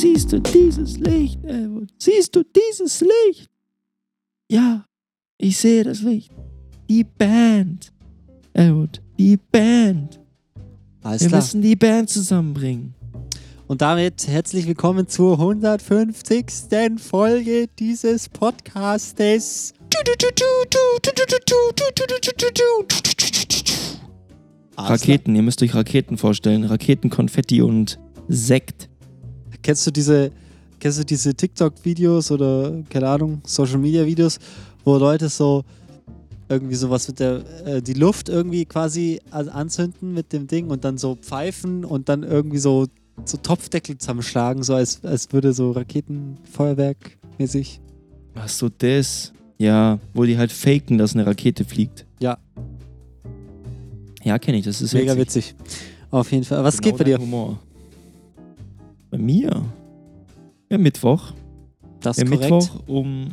Siehst du dieses Licht, Elwood? Siehst du dieses Licht? Ja, ich sehe das Licht. Die Band, Elwood, die Band. Alles Wir klar. müssen die Band zusammenbringen. Und damit herzlich willkommen zur 150. Folge dieses Podcastes. Raketen, ihr müsst euch Raketen vorstellen. Raketen, Konfetti und Sekt. Kennst du diese TikTok-Videos oder, keine Ahnung, Social-Media-Videos, wo Leute so irgendwie sowas mit die Luft irgendwie quasi anzünden mit dem Ding und dann so pfeifen und dann irgendwie so Topfdeckel zusammenschlagen, so als würde so Raketenfeuerwerk mäßig. Ach so, das. Ja, wo die halt faken, dass eine Rakete fliegt. Ja. Ja, kenne ich, das ist Mega witzig. Auf jeden Fall. Was Genau geht bei dir? Humor. Bei mir? Ja, Mittwoch. Das Ja, ist korrekt. Mittwoch um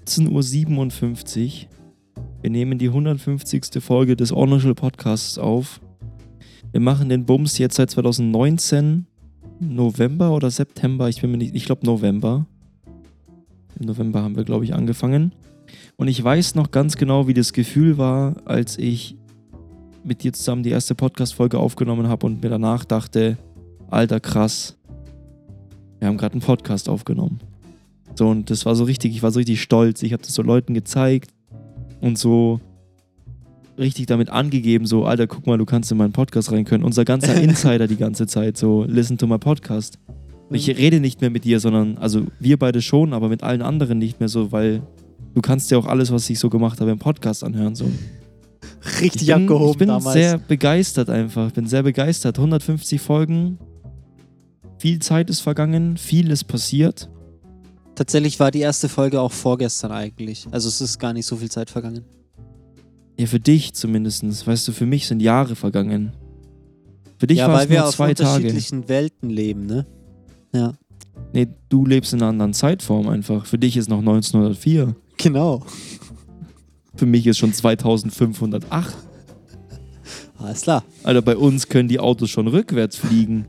17.57 Uhr. Wir nehmen die 150. Folge des Ornishal Podcasts auf. Wir machen den Bums jetzt seit 2019, November oder September, ich glaube November. Im November haben wir, glaube ich, angefangen. Und ich weiß noch ganz genau, wie das Gefühl war, als ich mit dir zusammen die erste Podcast-Folge aufgenommen habe und mir danach dachte, alter krass, wir haben gerade einen Podcast aufgenommen. So, und das war so richtig, ich war so richtig stolz. Ich habe das so Leuten gezeigt und so richtig damit angegeben, so, Alter, guck mal, du kannst in meinen Podcast rein können. Unser ganzer Insider die ganze Zeit, so, listen to my podcast. Ich rede nicht mehr mit dir, sondern, also wir beide schon, aber mit allen anderen nicht mehr so, weil du kannst ja auch alles, was ich so gemacht habe, im Podcast anhören, so. Richtig abgehoben Ich bin damals. sehr begeistert einfach, bin sehr begeistert. 150 Folgen, viel Zeit ist vergangen, viel ist passiert. Tatsächlich war die erste Folge auch vorgestern eigentlich. Also es ist gar nicht so viel Zeit vergangen. Ja, für dich zumindest. Weißt du, für mich sind Jahre vergangen. Für dich Ja, war weil es wir nur auf 2 Tage. unterschiedlichen Welten leben, ne? Ja. Nee, du lebst in einer anderen Zeitform einfach. Für dich ist noch 1904. Genau. Für mich ist schon 2508. Alles klar. Alter, bei uns können die Autos schon rückwärts fliegen.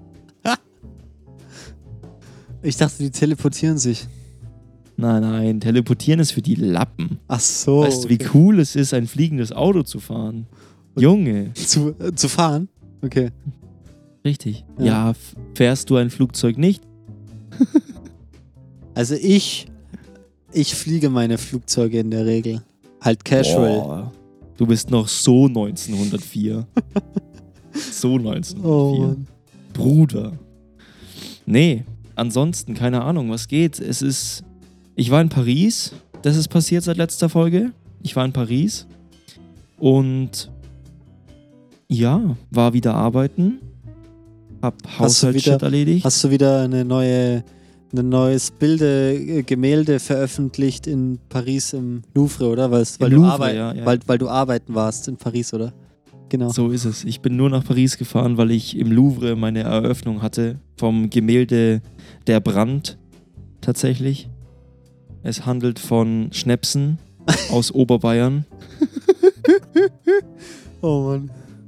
Ich dachte, die teleportieren sich. Nein, teleportieren ist für die Lappen. Ach so. Weißt du, wie cool es ist, ein fliegendes Auto zu fahren? Junge. Zu fahren? Okay. Richtig. Ja. Ja, fährst du ein Flugzeug nicht? Also ich fliege meine Flugzeuge in der Regel. Halt casual. Boah, du bist noch so 1904. So 1904. Oh Mann. Bruder. Nee, ansonsten, keine Ahnung, was geht. Ich war in Paris, das ist passiert seit letzter Folge. Ich war in Paris und ja, war wieder arbeiten, hab Haushaltsshit erledigt. Hast du wieder ein neues Gemälde veröffentlicht in Paris im Louvre, oder? Weil du arbeiten warst in Paris, oder? Genau. So ist es. Ich bin nur nach Paris gefahren, weil ich im Louvre meine Eröffnung hatte vom Gemälde Der Brand tatsächlich. Es handelt von Schnäpsen aus Oberbayern. Oh Mann.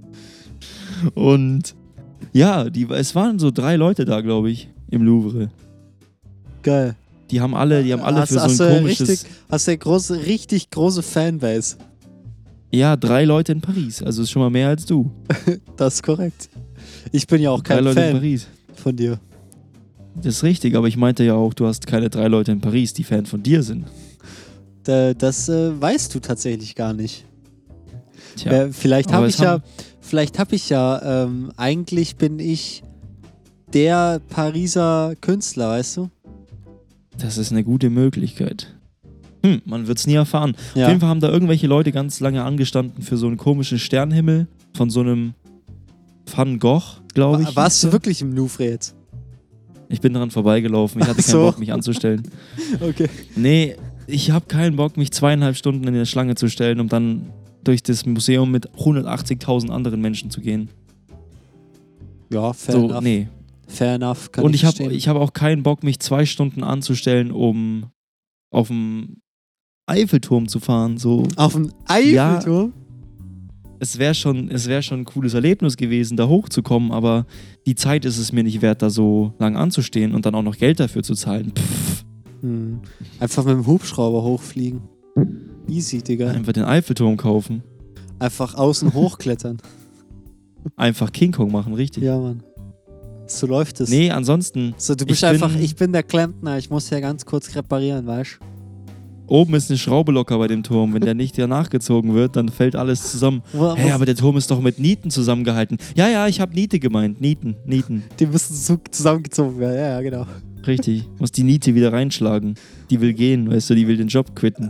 Und ja, es waren so 3 Leute da, glaube ich, im Louvre. Geil. Die haben alle für so ein komisches... Hast du eine richtig große Fanbase? Ja, 3 Leute in Paris. Also ist schon mal mehr als du. Das ist korrekt. Ich bin ja auch 3 kein Leute in Fan Paris. von dir. Das ist richtig, aber ich meinte ja auch, du hast keine 3 Leute in Paris, die Fan von dir sind. Das weißt du tatsächlich gar nicht. Tja, Vielleicht habe ich ja, eigentlich bin ich der Pariser Künstler, weißt du? das ist eine gute Möglichkeit. Man wird es nie erfahren. Ja. Auf jeden Fall haben da irgendwelche Leute ganz lange angestanden für so einen komischen Sternenhimmel von so einem Van Gogh, glaube ich. Warst du wirklich im Louvre jetzt? Ich bin daran vorbeigelaufen. Ich hatte Ach so. keinen Bock, mich anzustellen. Okay. Nee, ich habe keinen Bock, mich 2,5 Stunden in der Schlange zu stellen, um dann durch das Museum mit 180.000 anderen Menschen zu gehen. Ja, fair enough. Nee. Fair enough, kann Und ich verstehen. ich hab auch keinen Bock, mich 2 Stunden anzustellen, um auf dem Eiffelturm zu fahren. So. Auf dem Eiffelturm? es wäre schon ein cooles Erlebnis gewesen, da hochzukommen, aber die Zeit ist es mir nicht wert, da so lang anzustehen und dann auch noch Geld dafür zu zahlen. Pff, Einfach mit dem Hubschrauber hochfliegen. Easy, Digga. einfach den Eiffelturm kaufen. Einfach außen hochklettern. Einfach King Kong machen, richtig. Ja, Mann. So läuft es. Nee, ansonsten. So, du bist ich bin der Klempner, ich muss ja ganz kurz reparieren, weißt du? Oben ist eine Schraube locker bei dem Turm. Wenn der nicht nachgezogen wird, dann fällt alles zusammen. Hey, aber der Turm ist doch mit Nieten zusammengehalten. Ja, ich habe Niete gemeint. Nieten. Die müssen zusammengezogen werden, ja, genau. Richtig. Muss die Niete wieder reinschlagen. Die will gehen, weißt du, die will den Job quitten.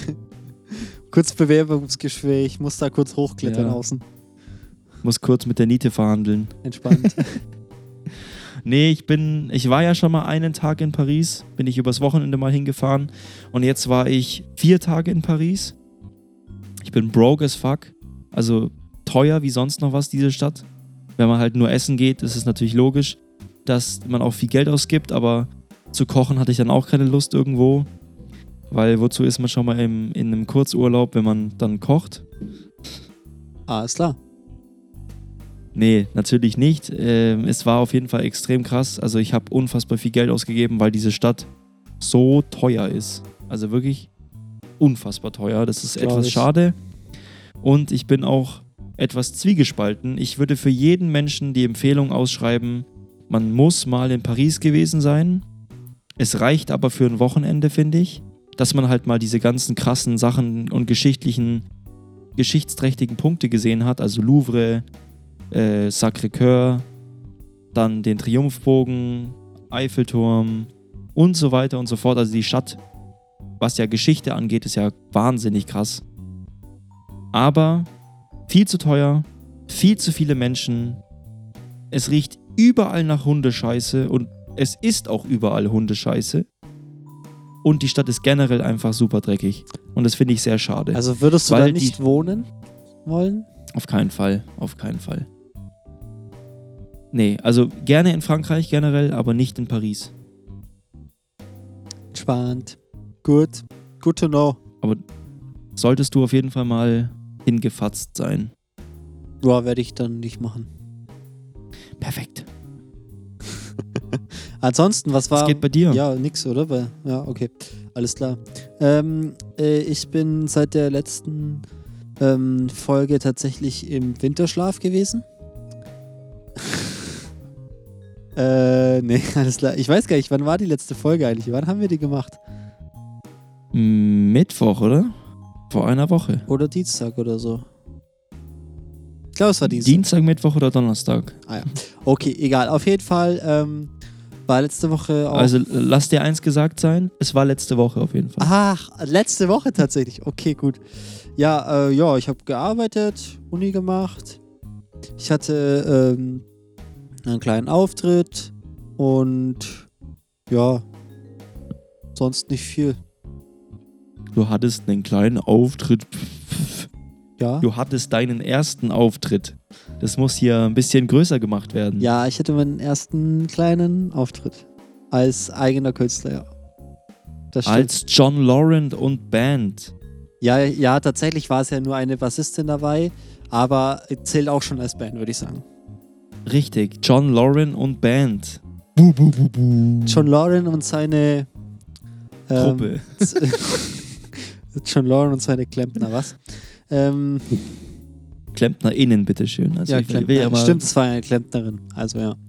Kurz Bewerbungsgespräch, muss da kurz hochklettern außen. Muss kurz mit der Niete verhandeln. Entspannt. Nee, ich war ja schon mal einen Tag in Paris, bin ich übers Wochenende mal hingefahren und jetzt war ich 4 Tage in Paris. Ich bin broke as fuck, also teuer wie sonst noch was, diese Stadt. Wenn man halt nur essen geht, ist es natürlich logisch, dass man auch viel Geld ausgibt, aber zu kochen hatte ich dann auch keine Lust irgendwo, weil wozu ist man schon mal in einem Kurzurlaub, wenn man dann kocht? Ist klar. Nee, natürlich nicht. Es war auf jeden Fall extrem krass. Also ich habe unfassbar viel Geld ausgegeben, weil diese Stadt so teuer ist. Also wirklich unfassbar teuer. Das ist etwas schade. Und ich bin auch etwas zwiegespalten. Ich würde für jeden Menschen die Empfehlung ausschreiben, man muss mal in Paris gewesen sein. Es reicht aber für ein Wochenende, finde ich, dass man halt mal diese ganzen krassen Sachen und geschichtsträchtigen Punkte gesehen hat. Also Louvre, Sacré-Cœur, dann den Triumphbogen, Eiffelturm und so weiter und so fort. Also die Stadt, was ja Geschichte angeht, ist ja wahnsinnig krass. Aber viel zu teuer, viel zu viele Menschen. Es riecht überall nach Hundescheiße und es ist auch überall Hundescheiße. Und die Stadt ist generell einfach super dreckig. Und das finde ich sehr schade. Also würdest du da nicht wohnen wollen? Auf keinen Fall, auf keinen Fall. Nee, also gerne in Frankreich generell, aber nicht in Paris. Spannend. Good to know. Aber solltest du auf jeden Fall mal hingefatzt sein. Ja, werde ich dann nicht machen. Perfekt. Ansonsten, was war... Was geht bei dir? Ja, nix, oder? Ja, okay. Alles klar. Ich bin seit der letzten Folge tatsächlich im Winterschlaf gewesen. Nee, alles klar. Ich weiß gar nicht, wann war die letzte Folge eigentlich? Wann haben wir die gemacht? Mittwoch, oder? Vor einer Woche. Oder Dienstag oder so. Ich glaube, es war Dienstag, Mittwoch oder Donnerstag. Ah ja. Okay, egal. Auf jeden Fall war letzte Woche auch... Also lass dir eins gesagt sein, es war letzte Woche auf jeden Fall. Ach, letzte Woche tatsächlich. Okay, gut. Ja, ich habe gearbeitet, Uni gemacht. Ich hatte einen kleinen Auftritt und ja, sonst nicht viel. Du hattest einen kleinen Auftritt. Ja. Du hattest deinen ersten Auftritt. Das muss hier ein bisschen größer gemacht werden. Ja, ich hatte meinen ersten kleinen Auftritt. Als eigener Künstler, ja. Das stimmt. Als John Laurent und Band. Ja, tatsächlich war es ja nur eine Bassistin dabei, aber zählt auch schon als Band, würde ich sagen. Richtig, John Laurent und Band. John Laurent und seine Gruppe. John Laurent und seine Klempner, was? KlempnerInnen, bitteschön. Also ja, Klempner. Stimmt, es war eine Klempnerin. Also ja.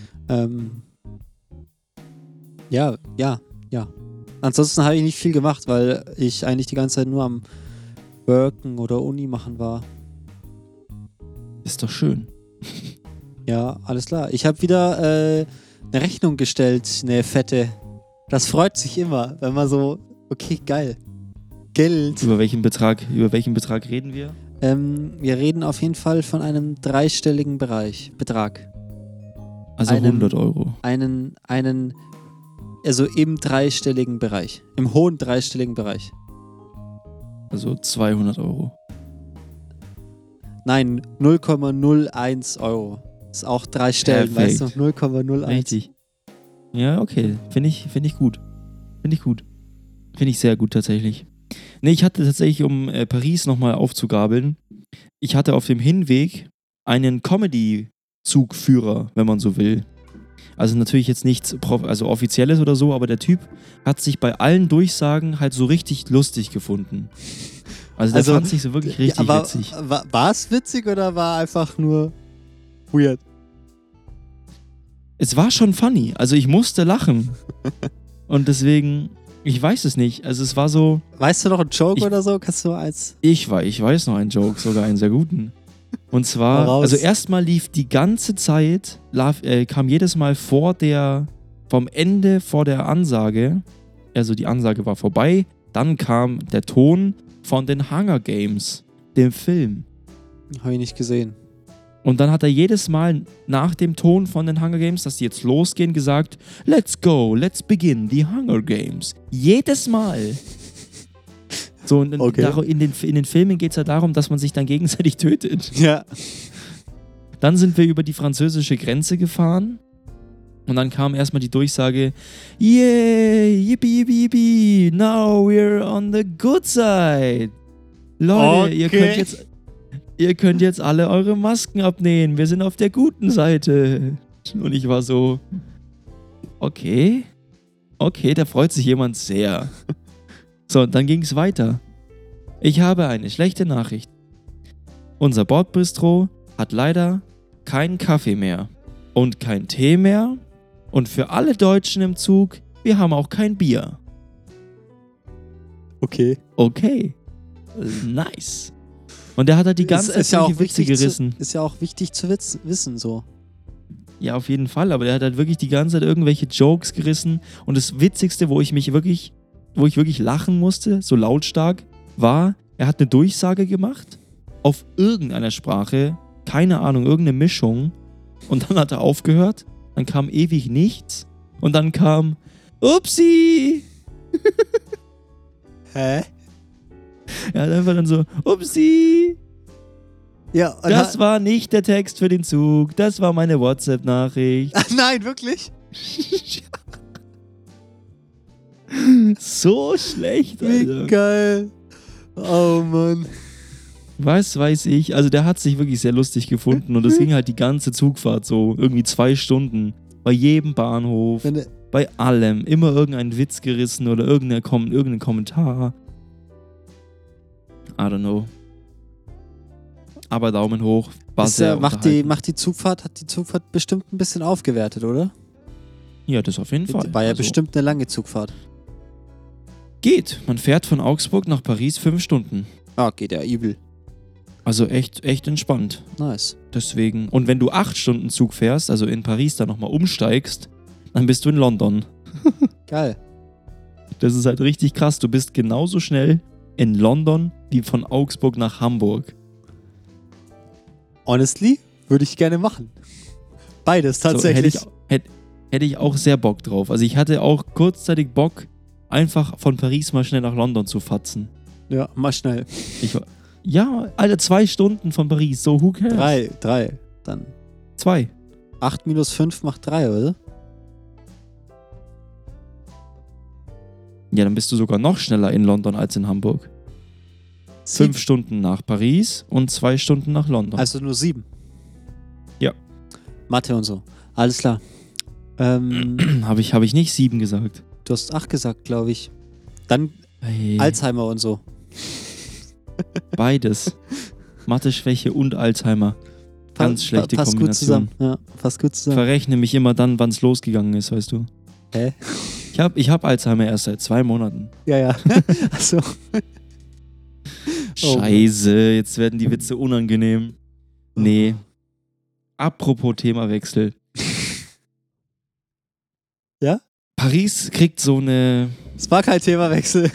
Ja. Ansonsten habe ich nicht viel gemacht, weil ich eigentlich die ganze Zeit nur am Worken oder Uni machen war. Ist doch schön. Ja, alles klar. Ich habe wieder eine Rechnung gestellt, eine fette. Das freut sich immer, wenn man so, okay, geil. Geld. Über welchen Betrag reden wir? Wir reden auf jeden Fall von einem dreistelligen Betrag. Also 100 Euro. Also im dreistelligen Bereich. Im hohen dreistelligen Bereich. Also 200 Euro. Nein, 0,01 Euro. Ist auch 3 Stellen, Perfekt. weißt du? 0,01. Richtig. Ja, okay. Finde ich gut. Finde ich sehr gut tatsächlich. Nee, ich hatte tatsächlich, um Paris nochmal aufzugabeln, ich hatte auf dem Hinweg einen Comedy-Zugführer, wenn man so will. Also natürlich jetzt nichts also Offizielles oder so, aber der Typ hat sich bei allen Durchsagen halt so richtig lustig gefunden. Also der fand sich so wirklich richtig witzig. War es witzig oder war einfach nur weird? Es war schon funny. Also ich musste lachen. Und deswegen, ich weiß es nicht. Also es war so... Weißt du noch einen Joke oder so? Kannst du eins? Ich weiß noch einen Joke, sogar einen sehr guten. Und zwar, also erstmal lief die ganze Zeit, kam jedes Mal vom Ende vor der Ansage, also die Ansage war vorbei, dann kam der Ton von den Hunger Games, dem Film. Habe ich nicht gesehen. Und dann hat er jedes Mal nach dem Ton von den Hunger Games, dass die jetzt losgehen, gesagt, let's go, let's begin the Hunger Games. Jedes Mal. So, und in den Filmen geht es ja darum, dass man sich dann gegenseitig tötet. Ja. Dann sind wir über die französische Grenze gefahren und dann kam erstmal die Durchsage, yay, yippie, yippie, yippie, now we're on the good side. Leute, ihr könnt jetzt alle eure Masken abnehmen, wir sind auf der guten Seite. Und ich war so, okay, da freut sich jemand sehr. So, und dann ging es weiter. Ich habe eine schlechte Nachricht. Unser Bordbistro hat leider keinen Kaffee mehr und kein Tee mehr und für alle Deutschen im Zug, wir haben auch kein Bier. Okay. Nice. Und der hat halt die ganze Zeit solche Witze gerissen. Ist ja auch wichtig zu wissen, so. Ja, auf jeden Fall, aber der hat halt wirklich die ganze Zeit irgendwelche Jokes gerissen und das Witzigste, wo ich wirklich lachen musste, so lautstark, war, er hat eine Durchsage gemacht auf irgendeiner Sprache, keine Ahnung, irgendeine Mischung und dann hat er aufgehört, dann kam ewig nichts und dann kam Upsi! Hä? Er hat einfach dann so, Upsi! Ja, das war nicht der Text für den Zug, das war meine WhatsApp-Nachricht. Nein, wirklich? So schlecht, Alter. Wie geil. Oh Mann. Was weiß ich. Also der hat sich wirklich sehr lustig gefunden und es ging halt die ganze Zugfahrt so. Irgendwie 2 Stunden. Bei jedem Bahnhof. Bei allem. Immer irgendein Witz gerissen oder irgendein Kommentar. I don't know. Aber Daumen hoch. Hat die Zugfahrt bestimmt ein bisschen aufgewertet, oder? Ja, das auf jeden Fall. War ja bestimmt eine lange Zugfahrt. Geht. Man fährt von Augsburg nach Paris 5 Stunden. Ah, geht ja übel. Also echt entspannt. Nice. Deswegen. Und wenn du 8 Stunden Zug fährst, also in Paris dann nochmal umsteigst, dann bist du in London. Geil. Das ist halt richtig krass. Du bist genauso schnell in London wie von Augsburg nach Hamburg. Honestly, würde ich gerne machen. Beides tatsächlich. So, hätte ich auch sehr Bock drauf. Also ich hatte auch kurzzeitig Bock, einfach von Paris mal schnell nach London zu fatzen. Ja, mal schnell. Ja, Alter, 2 Stunden von Paris, so who cares? 3, dann. 2. 8 minus 5 macht 3, oder? Ja, dann bist du sogar noch schneller in London als in Hamburg. 5 Stunden nach Paris und 2 Stunden nach London. Also nur 7? Ja. Mathe und so. Alles klar. Habe ich nicht 7 gesagt. Du hast 8 gesagt, glaube ich. Dann Alzheimer und so. Beides. Mathe-Schwäche und Alzheimer. Ganz schlechte Kombination. Passt gut zusammen. Verrechne mich immer dann, wann es losgegangen ist, weißt du. Hä? Ich hab Alzheimer erst seit 2 Monaten. Ja. Achso. Scheiße, jetzt werden die Witze unangenehm. Nee. Apropos Themawechsel. Ja? Paris kriegt so eine... Es war kein Themawechsel.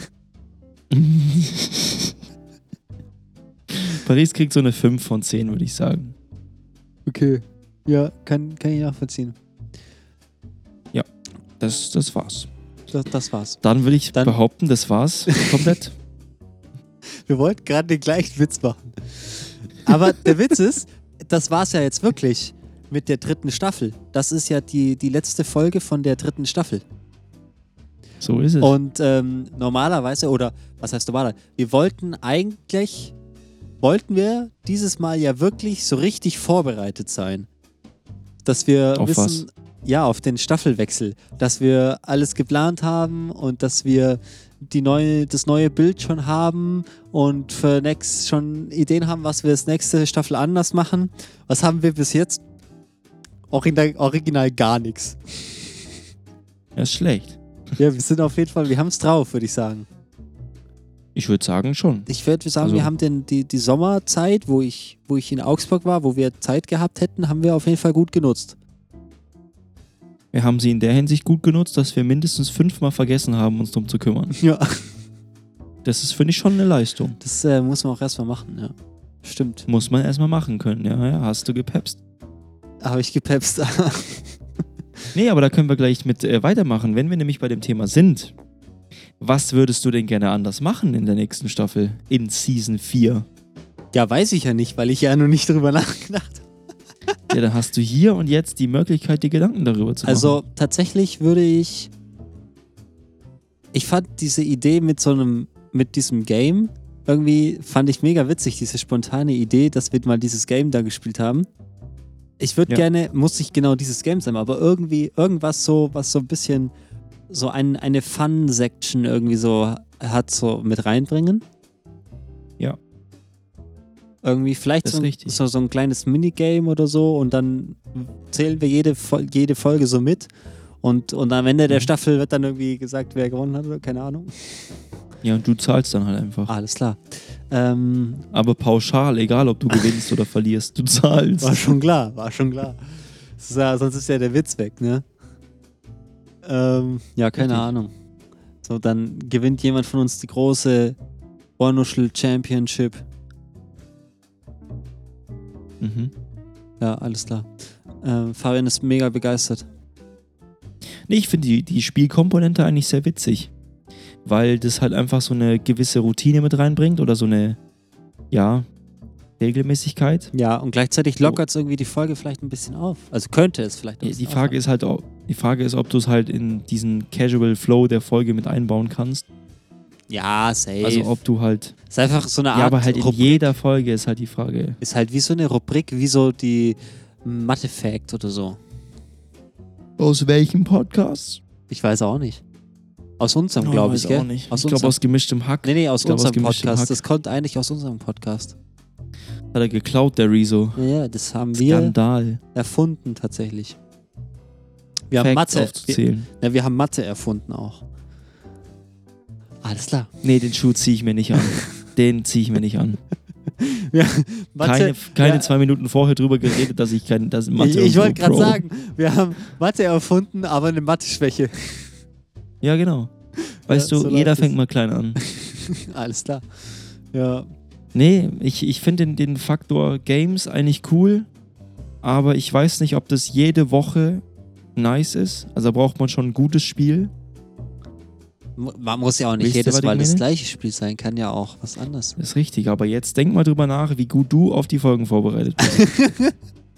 Paris kriegt so eine 5 von 10, würde ich sagen. Okay. Ja, kann ich nachvollziehen. Ja, das war's. Das war's. Dann würde ich behaupten, das war's komplett. Wir wollten gerade den gleichen Witz machen. Aber der Witz ist, das war's ja jetzt wirklich mit der 3. Staffel. Das ist ja die letzte Folge von der 3. Staffel. So ist es. Und normalerweise, oder was heißt normalerweise, wir wollten eigentlich wollten wir dieses Mal ja wirklich so richtig vorbereitet sein. Dass wir Auf wissen, ja, auf den Staffelwechsel, dass wir alles geplant haben und dass wir das neue Bild schon haben und für next schon Ideen haben, was wir das nächste Staffel anders machen. Was haben wir bis jetzt? Original gar nichts. Ja, ist schlecht. Ja, wir sind auf jeden Fall, wir haben es drauf, würde ich sagen. Ich würde sagen schon. Ich würde sagen, Also- wir haben die Sommerzeit, wo ich in Augsburg war, wo wir Zeit gehabt hätten, haben wir auf jeden Fall gut genutzt. Wir haben sie in der Hinsicht gut genutzt, dass wir mindestens 5-mal vergessen haben, uns darum zu kümmern. Ja. Das ist, finde ich, schon eine Leistung. Das muss man auch erstmal machen, ja. Stimmt. Muss man erstmal machen können. Ja, hast du gepepst. Habe ich gepepst. Nee, aber da können wir gleich mit weitermachen. Wenn wir nämlich bei dem Thema sind, was würdest du denn gerne anders machen in der nächsten Staffel? In Season 4? Ja, weiß ich ja nicht, weil ich ja noch nicht drüber nachgedacht habe. Ja, dann hast du hier und jetzt die Möglichkeit, dir Gedanken darüber zu machen. Also tatsächlich würde ich fand diese Idee mit diesem Game irgendwie, fand ich mega witzig, diese spontane Idee, dass wir mal dieses Game da gespielt haben. Ich würde gerne, muss nicht genau dieses Game sein, aber irgendwas so, was so ein bisschen so eine Fun-Section irgendwie so hat, so mit reinbringen. Ja. Irgendwie vielleicht Das ist richtig. so ein kleines Minigame oder so und dann zählen wir jede Folge so mit und am Ende der Staffel wird dann irgendwie gesagt, wer gewonnen hat oder keine Ahnung. Ja, und du zahlst dann halt einfach. Alles klar. Aber pauschal, egal ob du gewinnst oder verlierst, du zahlst. War schon klar. Sonst ist ja der Witz weg, ne? Ja, keine Richtig. Ahnung. So, dann gewinnt jemand von uns die große Ohrnuschel Championship. Mhm. Ja, alles klar. Fabian ist mega begeistert. Nee, ich finde die Spielkomponente eigentlich sehr witzig. Weil das halt einfach so eine gewisse Routine mit reinbringt oder so eine, ja, Regelmäßigkeit. Ja, und gleichzeitig lockert es irgendwie die Folge vielleicht ein bisschen auf. Also könnte es vielleicht ein bisschen Die Frage ist halt, ob du es halt in diesen Casual Flow der Folge mit einbauen kannst. Ja, safe. Also ob du halt, ist einfach so eine Art ja, aber halt in Rubrik. jeder Folge ist halt die Frage. Ist halt wie so eine Rubrik, wie so die Mathe-Fact oder so. Aus welchem Podcast? Ich weiß auch nicht. Aus unserem, glaube ich, weiß gell? auch nicht. Aus Ich glaube aus gemischtem Hack. Nee, aus Ich glaub, aus unserem gemischtem Podcast. Hack. Das kommt eigentlich aus unserem Podcast. Hat er geklaut, der Rezo. Ja, das haben wir Skandal. erfunden tatsächlich. Wir haben Facts Mathe. aufzuzählen. Wir haben Mathe erfunden auch. Alles klar. Nee, den Schuh ziehe ich mir nicht an. Den ziehe ich mir nicht an. Ja, Mathe, Keine ja, 2 Minuten vorher drüber geredet, dass ich Mathe ich wollte gerade Pro. sagen, wir haben Mathe erfunden, aber eine Mathe-Schwäche. Ja, genau. Weißt Ja, du, so jeder läuft fängt es. mal klein an. Alles klar. Ja. Nee, ich finde den Faktor Games eigentlich cool, aber ich weiß nicht, ob das jede Woche nice ist. Also da braucht man schon ein gutes Spiel. Man muss ja auch nicht Wisst ihr, jedes was ich Mal das meine? gleiche Spiel sein, kann ja auch was anderes. Das ist richtig, aber jetzt denk mal drüber nach, wie gut du auf die Folgen vorbereitet bist.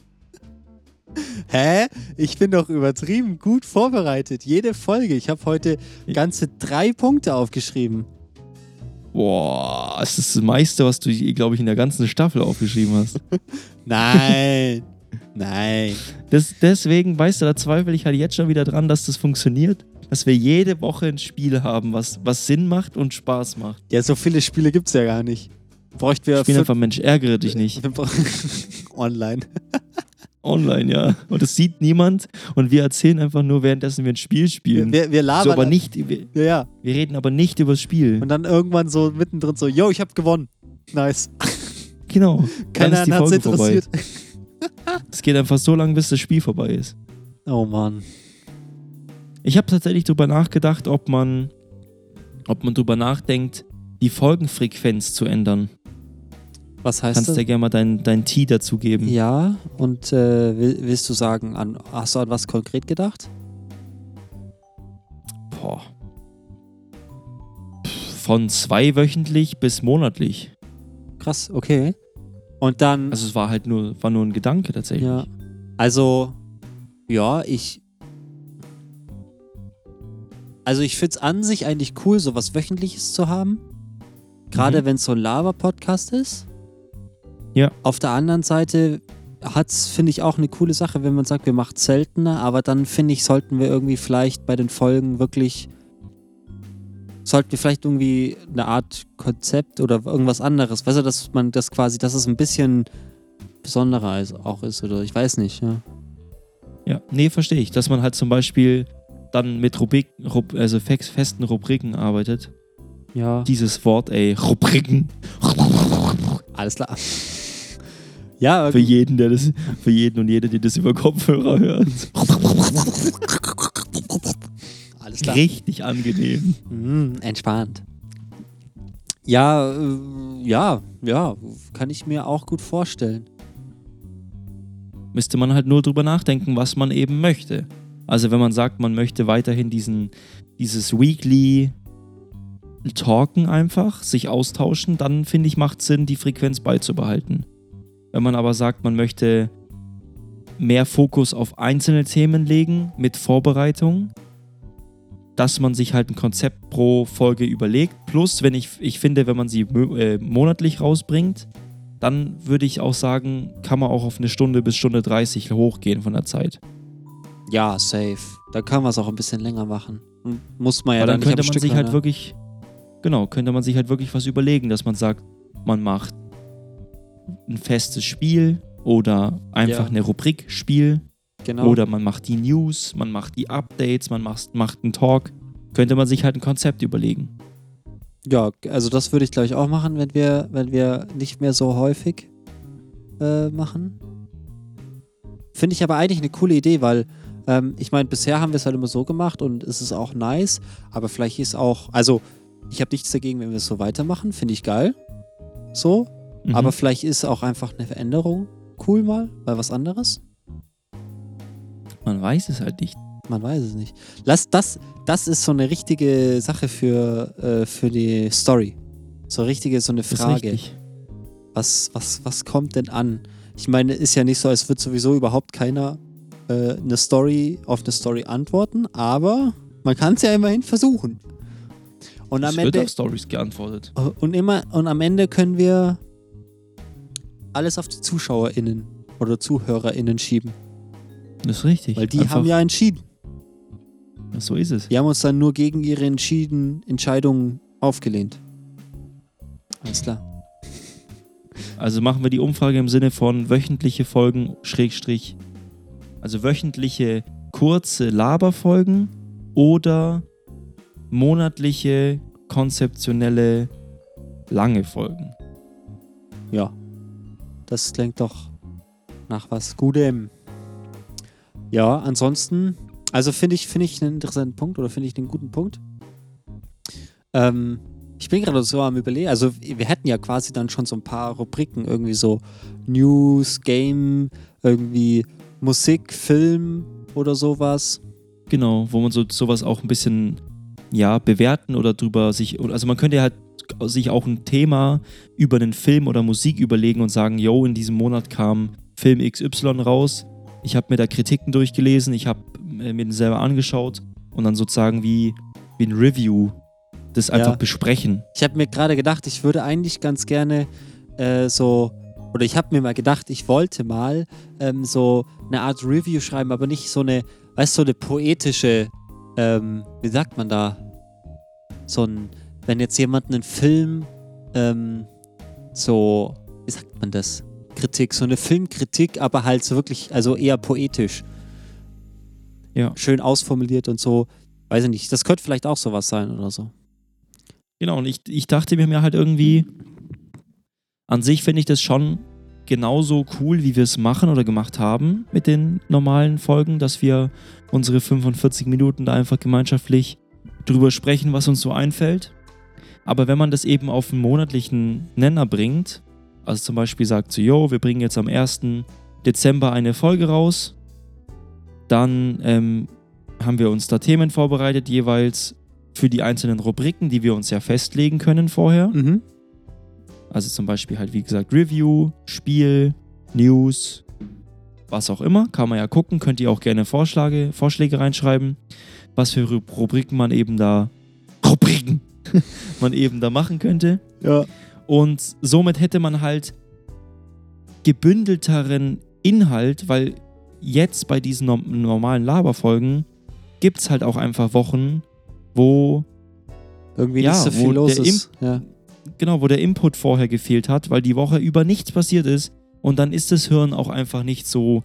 Hä? Ich bin doch übertrieben gut vorbereitet. Jede Folge. Ich habe heute ganze 3 Punkte aufgeschrieben. Boah, das ist das meiste, was du, glaube ich, in der ganzen Staffel aufgeschrieben hast. Nein. Nein. Deswegen, weißt du, da zweifle ich halt jetzt schon wieder dran, dass das funktioniert. Dass wir jede Woche ein Spiel haben, was Sinn macht und Spaß macht. Ja, so viele Spiele gibt es ja gar nicht. Bräuchten wir Ich bin einfach, Mensch, ärgere dich nicht. Online. Online, ja. Und das sieht niemand und wir erzählen einfach nur, währenddessen wir ein Spiel spielen. Wir labern. So, aber nicht, wir Ja. reden aber nicht über das Spiel. Und dann irgendwann so mittendrin so, yo, ich hab gewonnen. Nice. Genau. Dann Keiner ist die hat's Folge vorbei. interessiert. Es geht einfach so lange, bis das Spiel vorbei ist. Oh Mann. Ich habe tatsächlich drüber nachgedacht, ob man drüber nachdenkt, die Folgenfrequenz zu ändern. Was heißt Kannst das? du gerne mal dein Tee dazugeben. Ja, und willst du sagen, hast du an was konkret gedacht? Boah. Von 2-wöchentlich bis monatlich. Krass, okay. Und dann, Also es war nur ein Gedanke tatsächlich. ja, also, ja, ich finde es an sich eigentlich cool, sowas Wöchentliches zu haben. Gerade wenn es so ein Laber-Podcast ist. Ja. Auf der anderen Seite hat's, finde ich, auch eine coole Sache, wenn man sagt, wir machen seltener, aber dann, finde ich, sollten wir irgendwie vielleicht bei den Folgen wirklich, sollten wir vielleicht irgendwie eine Art Konzept oder irgendwas anderes, weißt du, dass man das quasi, dass es ein bisschen besonderer auch ist, oder ich weiß nicht, ja. Ja, nee, verstehe ich. Dass man halt zum Beispiel dann mit festen Rubriken arbeitet. Ja. Dieses Wort, Rubriken. Alles klar. Ja, Für jeden und jede, die das über Kopfhörer hört. alles klar. Richtig angenehm. Entspannt. Ja, kann ich mir auch gut vorstellen. Müsste man halt nur drüber nachdenken, was man eben möchte. Also wenn man sagt, man möchte weiterhin dieses Weekly Talken einfach, sich austauschen, dann finde ich, macht Sinn, die Frequenz beizubehalten. Wenn man aber sagt, man möchte mehr Fokus auf einzelne Themen legen mit Vorbereitung, dass man sich halt ein Konzept pro Folge überlegt. Plus, ich finde, wenn man sie monatlich rausbringt, dann würde ich auch sagen, kann man auch auf 1 Stunde bis Stunde 30 hochgehen von der Zeit. Ja, safe. Da kann man es auch ein bisschen länger machen. Muss man ja Aber dann nicht könnte am man Stück sich halt ne? wirklich, könnte man sich halt wirklich was überlegen, dass man sagt, man macht ein festes Spiel oder einfach eine Rubrik Spiel. Genau. Oder man macht die News, man macht die Updates, man macht einen Talk. Könnte man sich halt ein Konzept überlegen. Ja, also das würde ich glaube ich auch machen, wenn wir nicht mehr so häufig machen. Finde ich aber eigentlich eine coole Idee, weil ich meine, bisher haben wir es halt immer so gemacht und es ist auch nice, aber vielleicht ist auch, also ich habe nichts dagegen, wenn wir es so weitermachen, finde ich geil. So, aber vielleicht ist auch einfach eine Veränderung cool mal, weil was anderes. Man weiß es halt nicht. Man weiß es nicht. Das ist so eine richtige Sache für die Story. So eine Frage. Was kommt denn an? Ich meine, ist ja nicht so, als würde sowieso überhaupt keiner auf eine Story antworten, aber man kann es ja immerhin versuchen. Und es wird auf Stories geantwortet. Und am Ende können wir alles auf die ZuschauerInnen oder ZuhörerInnen schieben. Das ist richtig. Weil die haben ja entschieden. So ist es. Die haben uns dann nur gegen ihre Entscheidungen aufgelehnt. Alles klar. Also machen wir die Umfrage im Sinne von wöchentliche Folgen, also wöchentliche kurze Laberfolgen oder monatliche konzeptionelle lange Folgen. Ja. Das klingt doch nach was Gutem. Ja, ansonsten, also finde ich einen interessanten Punkt oder finde ich einen guten Punkt. Ich bin gerade so am Überlegen, also wir hätten ja quasi dann schon so ein paar Rubriken, irgendwie so News, Game, irgendwie Musik, Film oder sowas. Genau, wo man sowas auch ein bisschen bewerten oder drüber also man könnte ja halt sich auch ein Thema über einen Film oder Musik überlegen und sagen, yo, in diesem Monat kam Film XY raus. Ich habe mir da Kritiken durchgelesen, ich habe mir den selber angeschaut und dann sozusagen wie ein Review das einfach besprechen. Ich habe mir gerade gedacht, ich würde eigentlich ganz gerne ich habe mir mal gedacht, ich wollte mal so eine Art Review schreiben, aber nicht so eine, weißt du, so eine poetische, wie sagt man da, wenn jetzt jemand einen Film, wie sagt man das? Kritik, so eine Filmkritik, aber halt so wirklich, also eher poetisch. Ja. Schön ausformuliert und so. Weiß ich nicht, das könnte vielleicht auch sowas sein oder so. Genau, und ich dachte mir halt irgendwie, an sich finde ich das schon genauso cool, wie wir es machen oder gemacht haben mit den normalen Folgen, dass wir unsere 45 Minuten da einfach gemeinschaftlich drüber sprechen, was uns so einfällt. Aber wenn man das eben auf einen monatlichen Nenner bringt, also zum Beispiel sagt so, yo, wir bringen jetzt am 1. Dezember eine Folge raus, dann haben wir uns da Themen vorbereitet, jeweils für die einzelnen Rubriken, die wir uns ja festlegen können vorher. Mhm. Also zum Beispiel halt, wie gesagt, Review, Spiel, News, was auch immer. Kann man ja gucken, könnt ihr auch gerne Vorschläge reinschreiben, was für Rubriken man eben da machen könnte. Ja. Und somit hätte man halt gebündelteren Inhalt, weil jetzt bei diesen normalen Laberfolgen gibt es halt auch einfach Wochen, wo irgendwie nicht so viel los ist. Genau, wo der Input vorher gefehlt hat, weil die Woche über nichts passiert ist und dann ist das Hirn auch einfach nicht so,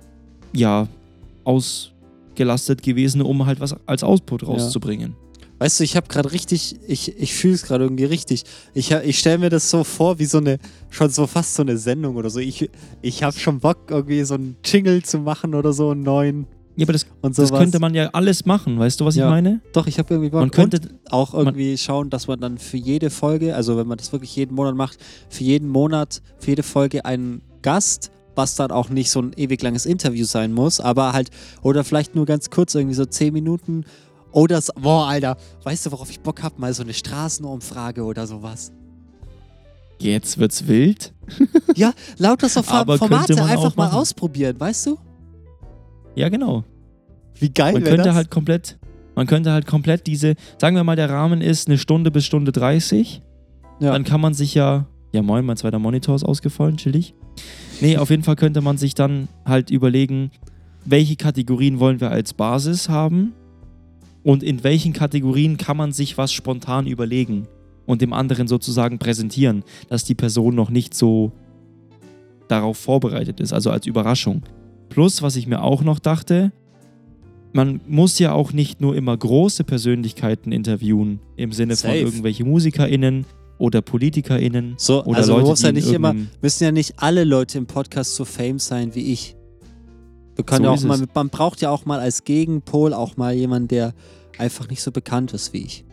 ausgelastet gewesen, um halt was als Output rauszubringen. Weißt du, ich habe gerade richtig, ich fühle es gerade irgendwie richtig. Ich stelle mir das so vor, wie schon so fast so eine Sendung oder so. Ich habe schon Bock, irgendwie so einen Jingle zu machen oder so, einen neuen. Ja, aber das könnte man ja alles machen, weißt du, was ich meine? Doch, ich habe irgendwie Bock. Man könnte auch irgendwie schauen, dass man dann für jede Folge, also wenn man das wirklich jeden Monat macht, für jeden Monat, für jede Folge einen Gast, was dann auch nicht so ein ewig langes Interview sein muss, aber halt, oder vielleicht nur ganz kurz, irgendwie so 10 Minuten. Oder, Alter, weißt du, worauf ich Bock habe? Mal so eine Straßenumfrage oder sowas. Jetzt wird's wild. Ja, lauter so Formate einfach mal machen. Ausprobieren, weißt du? Ja, genau. Wie geil man wäre könnte das? Man könnte halt komplett diese, sagen wir mal, der Rahmen ist 1 Stunde bis Stunde 30. Ja. Dann kann man sich ja moin, mein zweiter Monitor ist ausgefallen, chillig. Nee, auf jeden Fall könnte man sich dann halt überlegen, welche Kategorien wollen wir als Basis haben und in welchen Kategorien kann man sich was spontan überlegen und dem anderen sozusagen präsentieren, dass die Person noch nicht so darauf vorbereitet ist, also als Überraschung. Plus, was ich mir auch noch dachte, man muss ja auch nicht nur immer große Persönlichkeiten interviewen, im Sinne von irgendwelche MusikerInnen oder PolitikerInnen oder also Leute, müssen ja nicht alle Leute im Podcast so fame sein wie ich. Wir können ja auch mal, man braucht ja auch mal als Gegenpol auch mal jemanden, der einfach nicht so bekannt ist wie ich.